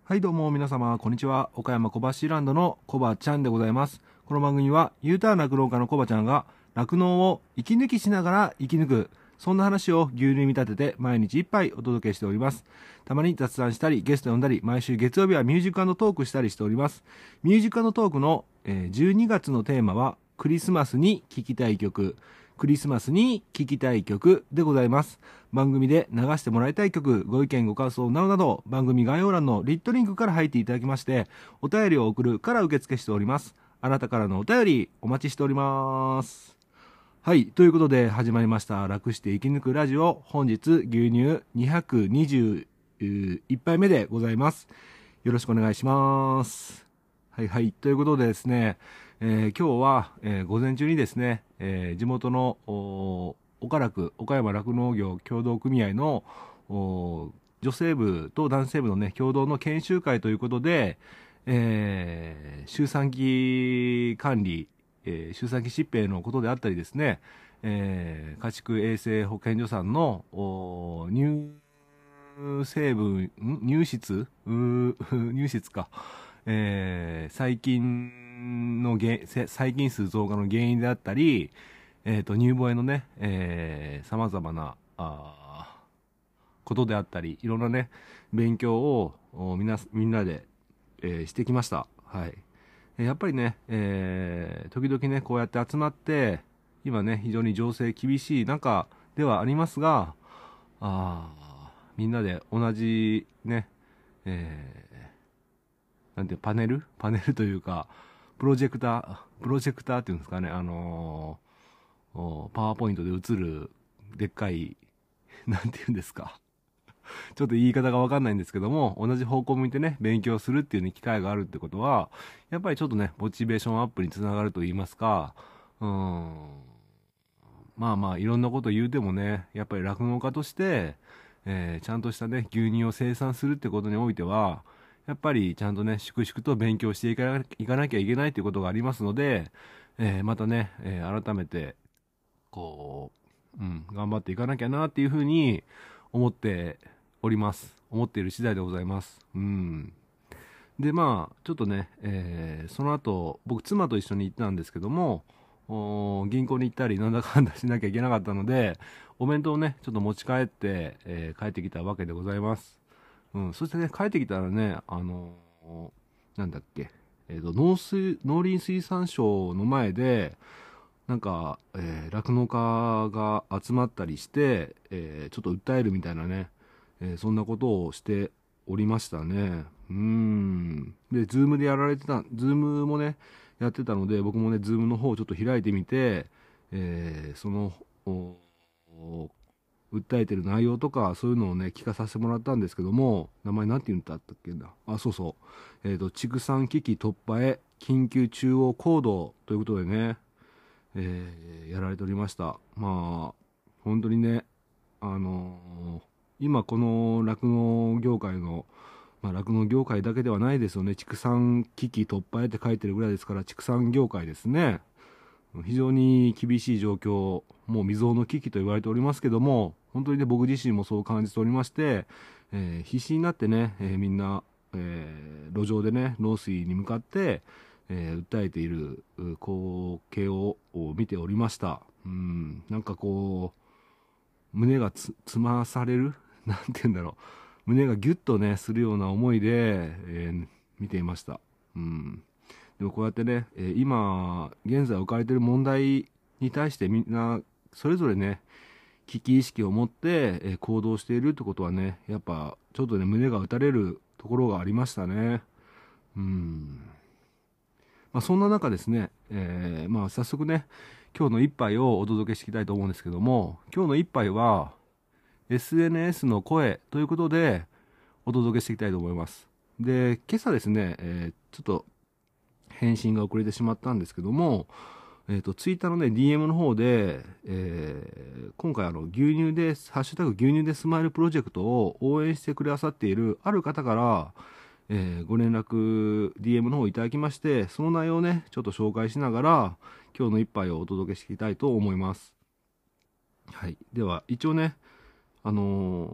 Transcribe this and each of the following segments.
はいどうも皆様こんにちは。岡山小橋ランドのコバちゃんでございます。この番組は U ターン酪農家のコバちゃんが酪農を息抜きしながら生き抜く、そんな話を牛乳に見立てて毎日一杯お届けしております。たまに雑談したりゲスト呼んだり、毎週月曜日はミュージック&トークしたりしております。ミュージック&トークの12月のテーマはクリスマスに聴きたい曲、クリスマスに聴きたい曲でございます。番組で流してもらいたい曲、ご意見ご感想などなど、番組概要欄のリットリンクから入っていただきまして、お便りを送るから受付しております。あなたからのお便りお待ちしております。はい、ということで始まりました楽して生き抜くラジオ。本日牛乳221杯目でございます。よろしくお願いします。はいはい、ということでですね、今日は、午前中にですね、地元の岡山酪農業協同組合の女性部と男性部のね共同の研修会ということで、周産期管理、周産期疾病のことであったりですね、家畜衛生保健所さんの入室入室か、細菌数増加の原因であったり、乳房へのね、様々なことであったり、いろんなね勉強をみんなで、してきました。はい。やっぱりね、時々ねこうやって集まって今ね非常に情勢厳しい中ではありますが、みんなで同じね、なんてパネルというかプロジェクターっていうんですかね、パワーポイントで映るでっかいなんていうんですか、ちょっと言い方がわかんないんですけども、同じ方向を向いてね勉強するっていう、ね、機会があるってことはやっぱりちょっとねモチベーションアップにつながると言いますか、まあまあいろんなこと言うてもね、やっぱり酪農家として、ちゃんとしたね牛乳を生産するってことにおいてはやっぱりちゃんとね粛々と勉強していかなきゃいけないということがありますので、またね、改めてこ頑張っていかなきゃなっていうふうに思って思っている次第でございます。でまあちょっとね、その後僕妻と一緒に行ったんですけども、銀行に行ったりなんだかんだしなきゃいけなかったので、お弁当をねちょっと持ち帰って、帰ってきたわけでございます。そしてね帰ってきたらね、なんだっけ、農林水産省の前でなんか酪農家が集まったりして、ちょっと訴えるみたいなね、そんなことをしておりましたね。で、ズームでやられてた、ズームもね、やってたので、僕もね、ズームの方をちょっと開いてみて、その、訴えてる内容とか、そういうのをね、聞かさせてもらったんですけども、名前なんて言うんだったっけな。そうそう。畜産危機突破へ緊急中央行動ということでね、やられておりました。まあ、本当にね、今この酪農業界の、酪農業界だけではないですよね。畜産危機突破へって書いてるぐらいですから、畜産業界ですね。非常に厳しい状況、もう未曾有の危機と言われておりますけども、本当にね、僕自身もそう感じておりまして、必死になってね、みんな、路上でね、農水に向かって、訴えている光景を見ておりました。なんかこう、胸がつまされるなんて言うんだろう。胸がギュッとね、するような思いで、見ていました。でもこうやってね、今、現在置かれている問題に対してみんな、それぞれね、危機意識を持って、行動しているってことはね、やっぱ、ちょっとね、胸が打たれるところがありましたね。そんな中ですね、早速ね、今日の一杯をお届けしていきたいと思うんですけども、今日の一杯は、SNS の声ということで、お届けしていきたいと思います。で、今朝ですね、ちょっと、返信が遅れてしまったんですけども、ツイッターのね、DM の方で、今回牛乳で、ハッシュタグ牛乳でスマイルプロジェクトを応援してくださっているある方から、ご連絡 DM の方いただきまして、その内容をねちょっと紹介しながら今日の一杯をお届けしていきたいと思います。はい。では一応ね、こ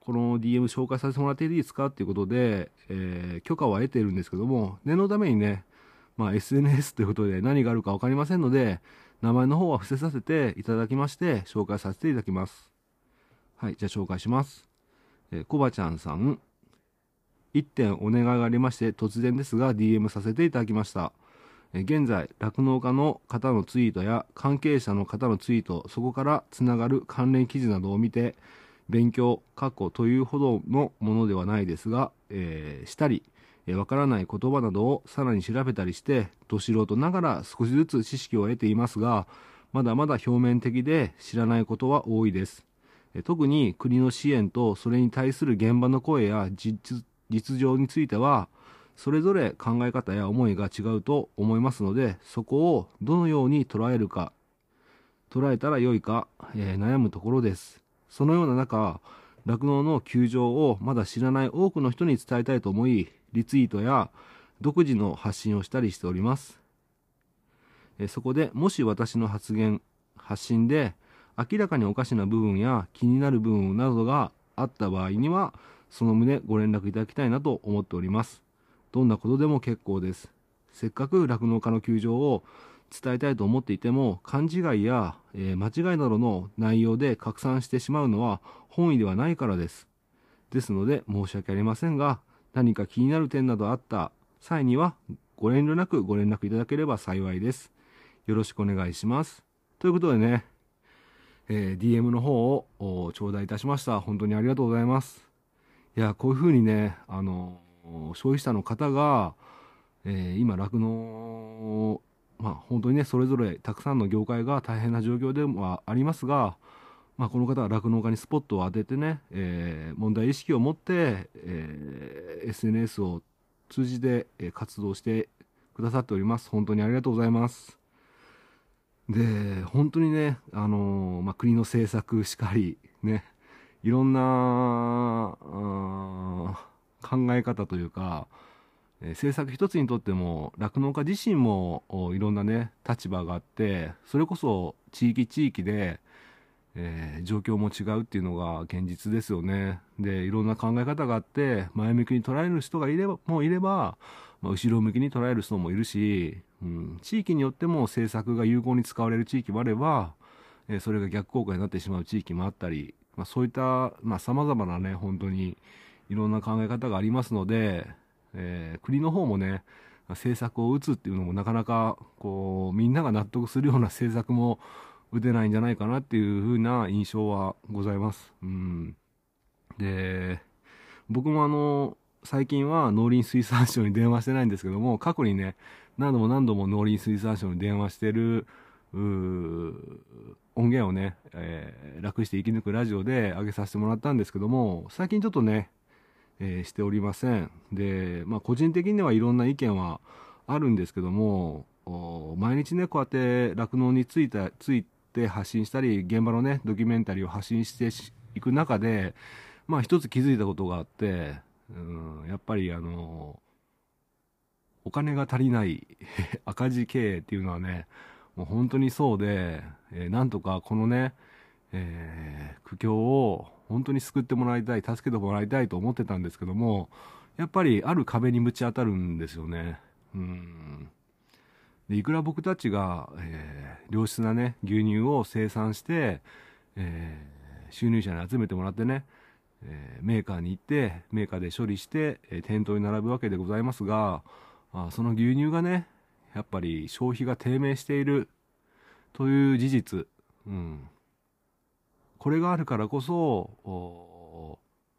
この DM 紹介させてもらっていいですかっていうことで、許可は得ているんですけども、念のためにね、SNS ということで何があるか分かりませんので、名前の方は伏せさせていただきまして、紹介させていただきます。はい、じゃあ紹介します。コバちゃんさん、1点お願いがありまして、突然ですが DM させていただきました。現在、酪農家の方のツイートや関係者の方のツイート、そこからつながる関連記事などを見て、勉強、というほどのものではないですが、したり、わからない言葉などをさらに調べたりして、ど素人ながら少しずつ知識を得ていますが、まだまだ表面的で知らないことは多いです。特に国の支援とそれに対する現場の声や実情については、それぞれ考え方や思いが違うと思いますので、そこをどのように捉えたらよいか、悩むところです。そのような中、酪農の窮状をまだ知らない多くの人に伝えたいと思い、リツイートや独自の発信をしたりしております。そこでもし私の発信で明らかにおかしな部分や気になる部分などがあった場合には、その旨ご連絡いただきたいなと思っております。どんなことでも結構です。せっかく酪農家の窮状を伝えたいと思っていても、勘違いや、間違いなどの内容で拡散してしまうのは本意ではないからです。ですので申し訳ありませんが、何か気になる点などあった際にはご遠慮なくご連絡いただければ幸いです。よろしくお願いします。ということでね、DM の方を頂戴いたしました。本当にありがとうございます。いや、こういうふうにね、消費者の方が、今、酪農、本当にね、それぞれたくさんの業界が大変な状況ではありますが、この方は酪農家にスポットを当ててね、問題意識を持って、SNS を通じて活動してくださっております。本当にありがとうございます。で、本当にね、国の政策しかり、ね、いろんな考え方というか、政策一つにとっても酪農家自身もいろんなね立場があって、それこそ地域で、状況も違うっていうのが現実ですよね。で、いろんな考え方があって、前向きに捉える人がいれば、後ろ向きに捉える人もいるし、地域によっても政策が有効に使われる地域もあれば、それが逆効果になってしまう地域もあったり、そういった様々なね、本当にいろんな考え方がありますので、国の方もね、政策を打つっていうのもなかなかこうみんなが納得するような政策も打てないんじゃないかなっていうふうな印象はございます。で、僕も最近は農林水産省に電話してないんですけども、過去にね、何度も農林水産省に電話してる音源をね、楽して生き抜くラジオで上げさせてもらったんですけども、最近ちょっとね、しておりません。で、個人的にはいろんな意見はあるんですけども、毎日ね、こうやって酪農について発信したり、現場のね、ドキュメンタリーを発信していく中で、一つ気づいたことがあって、やっぱりお金が足りない赤字経営っていうのはね、もう本当にそうで、なんとかこのね、苦境を本当に救ってもらいたい、助けてもらいたいと思ってたんですけども、やっぱりある壁にぶち当たるんですよね。で、いくら僕たちが、良質なね、牛乳を生産して、収入者に集めてもらってね、メーカーに行って、メーカーで処理して、店頭に並ぶわけでございますが、その牛乳がね、やっぱり消費が低迷しているという事実、これがあるからこそ、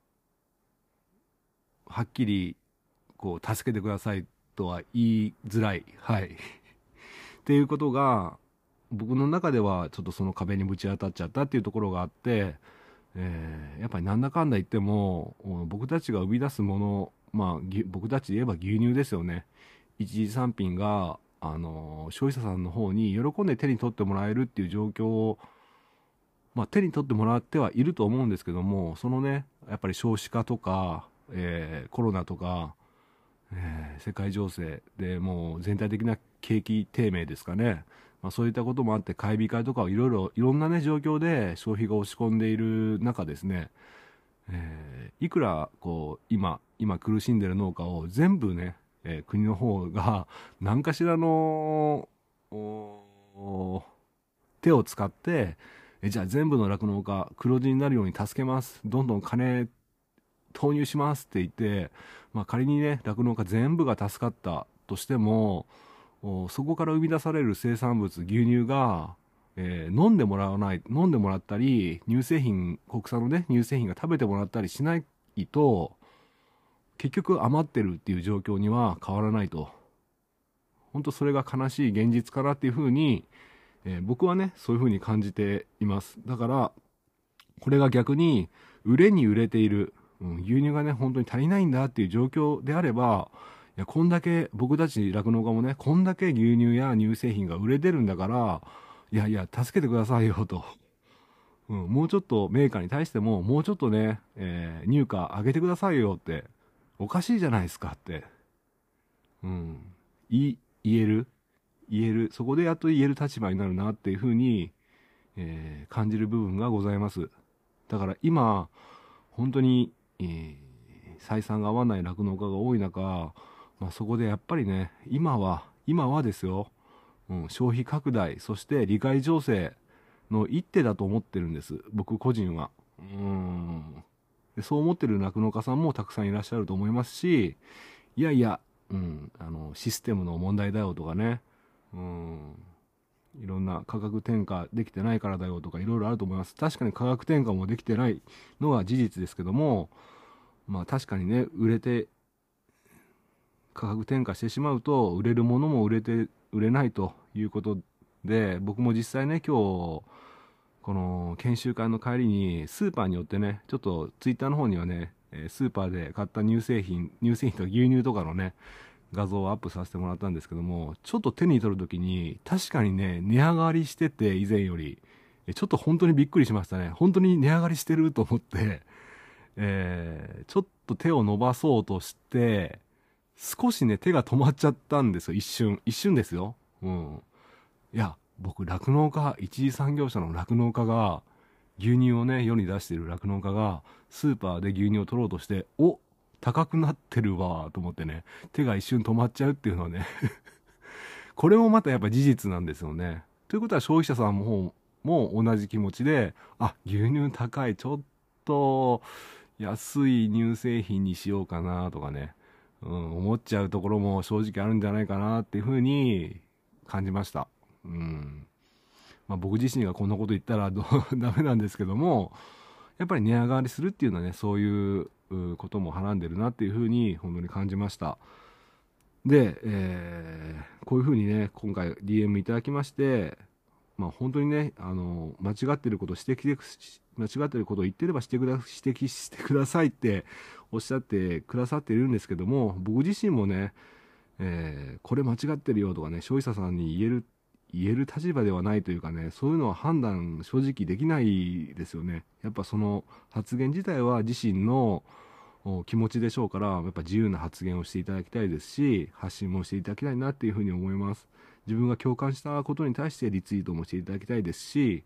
はっきりこう助けてくださいとは言いづらい、っていうことが僕の中ではちょっとその壁にぶち当たっちゃったっていうところがあって、やっぱりなんだかんだ言っても僕たちが生み出すもの、僕たちで言えば牛乳ですよね。一次産品が消費者さんの方に喜んで手に取ってもらえるっていう状況を、手に取ってもらってはいると思うんですけども、そのね、やっぱり少子化とか、コロナとか、世界情勢でもう全体的な景気低迷ですかね、そういったこともあって買い控えとかいろんなね状況で消費が落ち込んでいる中ですね、 いくら今苦しんでる農家を全部ね、国の方が何かしらの手を使って、じゃあ全部の酪農家黒字になるように助けます、どんどん金投入しますって言って、仮にね酪農家全部が助かったとしても、そこから生み出される生産物牛乳が、飲んでもらったり、乳製品、国産のね乳製品が食べてもらったりしないと、結局余ってるっていう状況には変わらないと。本当それが悲しい現実かなっていうふうに、僕はねそういうふうに感じています。だからこれが逆に売れに売れている、牛乳がね本当に足りないんだっていう状況であれば、いやこんだけ僕たち酪農家もねこんだけ牛乳や乳製品が売れてるんだから、いやいや助けてくださいよと、もうちょっとメーカーに対してももうちょっとね、入荷上げてくださいよって、おかしいじゃないですかって、言える、そこでやっと言える立場になるなっていうふうに、感じる部分がございます。だから今本当に、採算が合わない酪農家が多い中、そこでやっぱりね今はですよ、消費拡大、そして理解醸成の一手だと思ってるんです、僕個人は。でそう思ってる酪農家さんもたくさんいらっしゃると思いますし、いやいや、システムの問題だよとかね、いろんな価格転嫁できてないからだよとかいろいろあると思います。確かに価格転嫁もできてないのは事実ですけども、確かにね売価格転嫁してしまうと売れるものも売れないということで、僕も実際ね今日この研修会の帰りにスーパーによってね、ちょっとツイッターの方にはねスーパーで買った乳製品とか牛乳とかのね画像をアップさせてもらったんですけども、ちょっと手に取るときに確かにね値上がりしてて、以前よりちょっと本当にびっくりしましたね。本当に値上がりしてると思って、ちょっと手を伸ばそうとして少しね手が止まっちゃったんですよ。一瞬ですよ。いや僕酪農家、一次産業者の酪農家が、牛乳をね世に出している酪農家がスーパーで牛乳を取ろうとして、高くなってるわと思ってね、手が一瞬止まっちゃうっていうのはねこれもまたやっぱ事実なんですよね。ということは消費者さんも同じ気持ちで、牛乳高い、ちょっと安い乳製品にしようかなとかね、思っちゃうところも正直あるんじゃないかなっていうふうに感じました。僕自身がこんなこと言ったらダメなんですけども、やっぱり値上がりするっていうのはねそういうこともはらんでるなっていうふうに本当に感じました。で、こういうふうにね今回 DM いただきまして、本当にね間違ってることを言ってれば指摘してくださいっておっしゃってくださっているんですけども、僕自身もね、これ間違ってるよとかね消費者さんに言える立場ではないというかね、そういうのは判断正直できないですよね。やっぱその発言自体は自身の気持ちでしょうから、やっぱ自由な発言をしていただきたいですし、発信もしていただきたいなっていうふうに思います。自分が共感したことに対してリツイートもしていただきたいですし、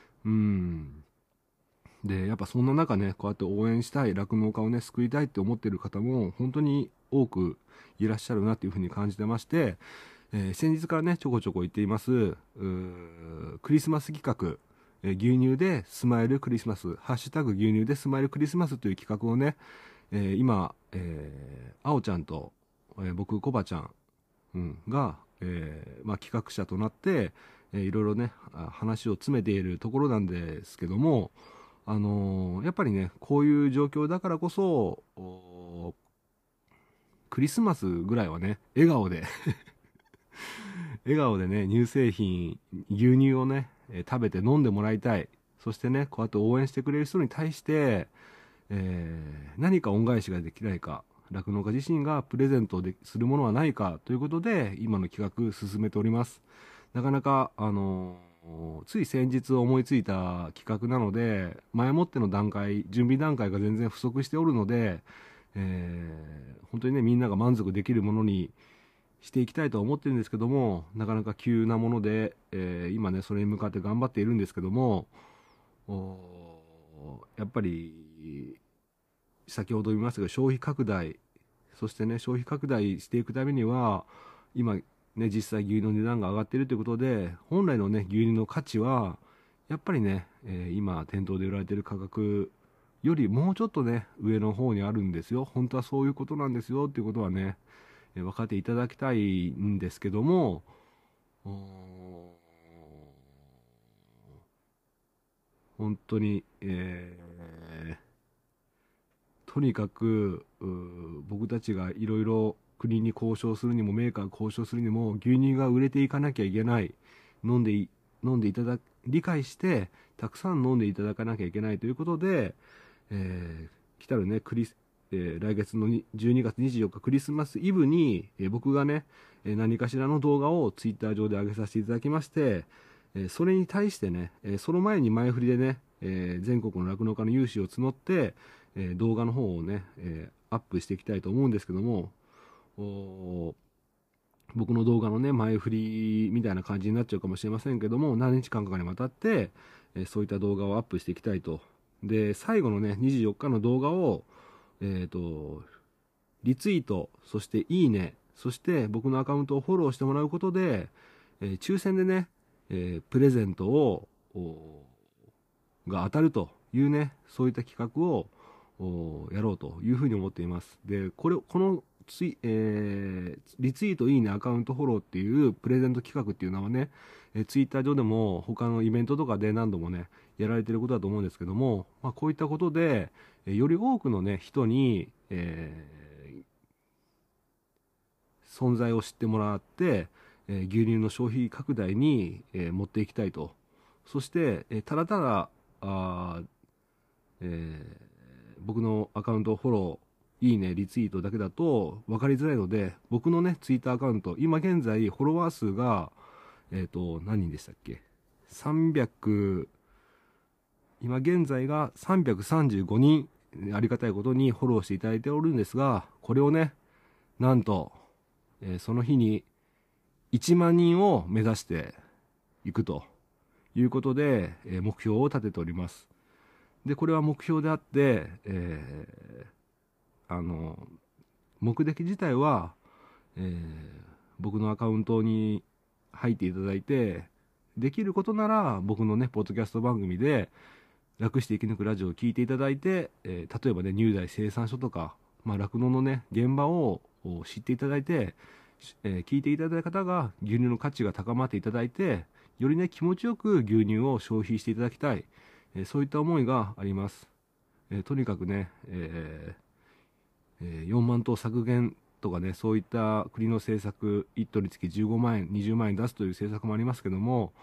でやっぱそんな中ねこうやって応援したい、酪農家をね救いたいって思っている方も本当に多くいらっしゃるなっていうふうに感じてまして、先日からねちょこちょこ言っていますクリスマス企画、牛乳でスマイルクリスマス、ハッシュタグ牛乳でスマイルクリスマスという企画をね、今、あおちゃんと、僕コバちゃん、が、企画者となって、いろいろね話を詰めているところなんですけども、やっぱりねこういう状況だからこそクリスマスぐらいはね笑顔で笑顔でね乳製品牛乳をね食べて飲んでもらいたい。そしてねこうやって応援してくれる人に対して、何か恩返しができないか、酪農家自身がプレゼントするものはないかということで今の企画進めております。なかなかつい先日思いついた企画なので、前もっての準備段階が全然不足しておるので、本当にねみんなが満足できるものにしていきたいとは思ってるんですけども、なかなか急なもので、今ねそれに向かって頑張っているんですけども、やっぱり先ほど言いましたが消費拡大、そしてね消費拡大していくためには今ね実際牛乳の値段が上がっているということで、本来のね牛乳の価値はやっぱりね、今店頭で売られている価格よりもうちょっとね上の方にあるんですよ。本当はそういうことなんですよっていうことはね、分かっていただきたいんですけども、本当に、とにかく僕たちがいろいろ国に交渉するにもメーカー交渉するにも牛乳が売れていかなきゃいけない、飲んでいただ理解してたくさん飲んでいただかなきゃいけないということで、来たるね来月の12月24日クリスマスイブに、僕がね何かしらの動画をツイッター上で上げさせていただきまして、それに対してね、その前に前振りでね、全国の酪農家の有志を募って、動画の方をね、アップしていきたいと思うんですけども、僕の動画のね前振りみたいな感じになっちゃうかもしれませんけども、何日間かにわたって、そういった動画をアップしていきたいと。で最後のね24日の動画をリツイート、そしていいね、そして僕のアカウントをフォローしてもらうことで、抽選でね、プレゼントをが当たるというね、そういった企画をやろうというふうに思っています。でこのリツイートいいねアカウントフォローっていうプレゼント企画っていうのはね、ツイッター上でも他のイベントとかで何度もねやられてることだと思うんですけども、こういったことでより多くのね人に、存在を知ってもらって、牛乳の消費拡大に、持っていきたいと。そして、ただただ僕のアカウントをフォロー、いいね、リツイートだけだと分かりづらいので、僕のね、ツイッターアカウント、今現在フォロワー数が、何人でしたっけ ?300、今現在が335人、ありがたいことにフォローしていただいておるんですが、これをね、なんと、その日に1万人を目指していくということで、目標を立てております。で、これは目標であって、目的自体は、僕のアカウントに入っていただいて、できることなら僕のね、ポッドキャスト番組で、楽して生き抜くラジオを聞いていただいて、例えばね、乳代生産所とか、酪農のね、現場を知っていただいて、聞いていただいた方が牛乳の価値が高まっていただいて、よりね、気持ちよく牛乳を消費していただきたい、そういった思いがあります。とにかくね、4万頭削減とかね、そういった国の政策、1頭につき15万円、20万円出すという政策もありますけども、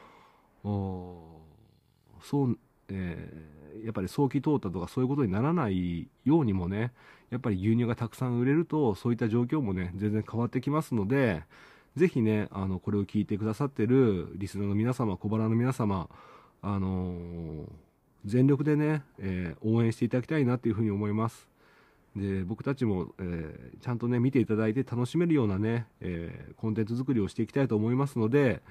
やっぱり早期淘汰とかそういうことにならないようにもね、やっぱり牛乳がたくさん売れると、そういった状況もね、全然変わってきますので、ぜひね、これを聞いてくださってるリスナーの皆様、小腹の皆様、全力でね、応援していただきたいなというふうに思います。で、僕たちも、ちゃんとね、見ていただいて楽しめるようなね、コンテンツ作りをしていきたいと思いますので、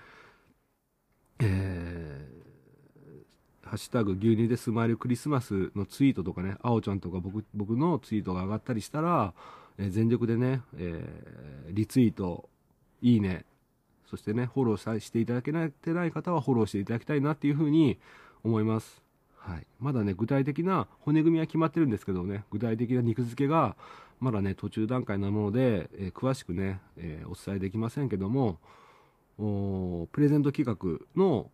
ハッシュタグ牛乳でスマイルクリスマスのツイートとかね、あおちゃんとか僕のツイートが上がったりしたら、全力でね、リツイート、いいね、そしてね、フォローしていただけてない方はフォローしていただきたいなっていうふうに思います。はい。まだね、具体的な骨組みは決まってるんですけどね、具体的な肉付けがまだね、途中段階なもので、詳しくね、お伝えできませんけども、プレゼント企画の、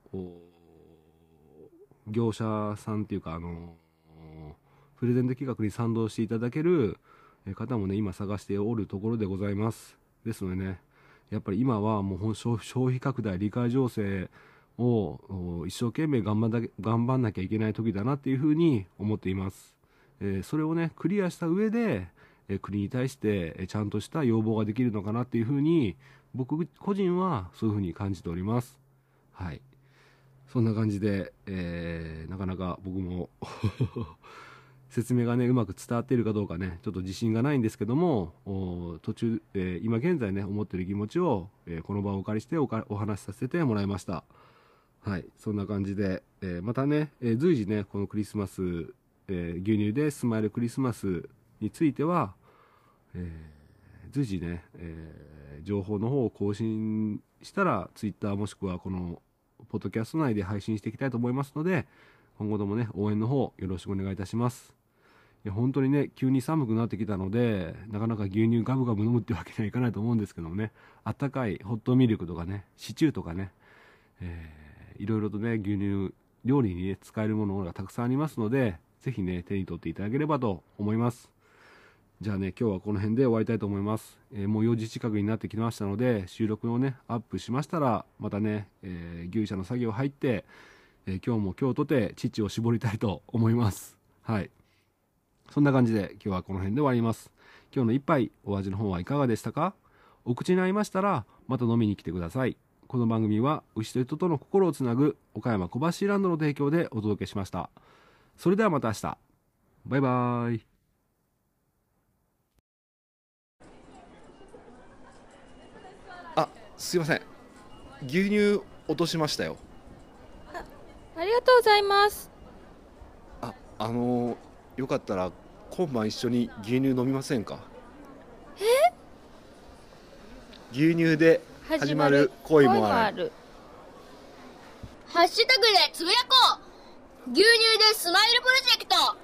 業者さんっていうか、プレゼント企画に賛同していただける方もね、今探しておるところでございます。ですのでね、やっぱり今はもう消費拡大、理解情勢を一生懸命頑張んなきゃいけない時だなっていうふうに思っています。それをね、クリアした上で、国に対してちゃんとした要望ができるのかなっていうふうに、僕個人はそういうふうに感じております。はい。そんな感じで、なかなか僕も説明がねうまく伝わっているかどうかねちょっと自信がないんですけども、途中、今現在ね思っている気持ちを、この場をお借りしてお話しさせてもらいました。はい、そんな感じで、またね、随時ねこのクリスマス、牛乳でスマイルクリスマスについては、随時ね、情報の方を更新したら Twitter もしくはこのポッドキャスト内で配信していきたいと思いますので、今後ともね応援の方よろしくお願いいたします。いや本当にね急に寒くなってきたので、なかなか牛乳ガブガブ飲むってわけにはいかないと思うんですけどもね、あったかいホットミルクとかね、シチューとかね、いろいろとね牛乳料理に、ね、使えるものがたくさんありますので、ぜひね手に取っていただければと思います。じゃあね今日はこの辺で終わりたいと思います。もう4時近くになってきましたので、収録をねアップしましたらまたね、牛舎の作業入って、今日も今日とて乳を絞りたいと思います。はい、そんな感じで今日はこの辺で終わります。今日の一杯お味の方はいかがでしたか？お口に合いましたらまた飲みに来てください。この番組は牛と人との心をつなぐ岡山小橋ランドの提供でお届けしました。それではまた明日。バイバーイ。 あ、すいません。牛乳落としましたよ。 ありがとうございます。 よかったら今晩一緒に牛乳飲みませんか？牛乳で始まる恋もある。 ハッシュタグでつぶやこう。牛乳でスマイルプロジェクト。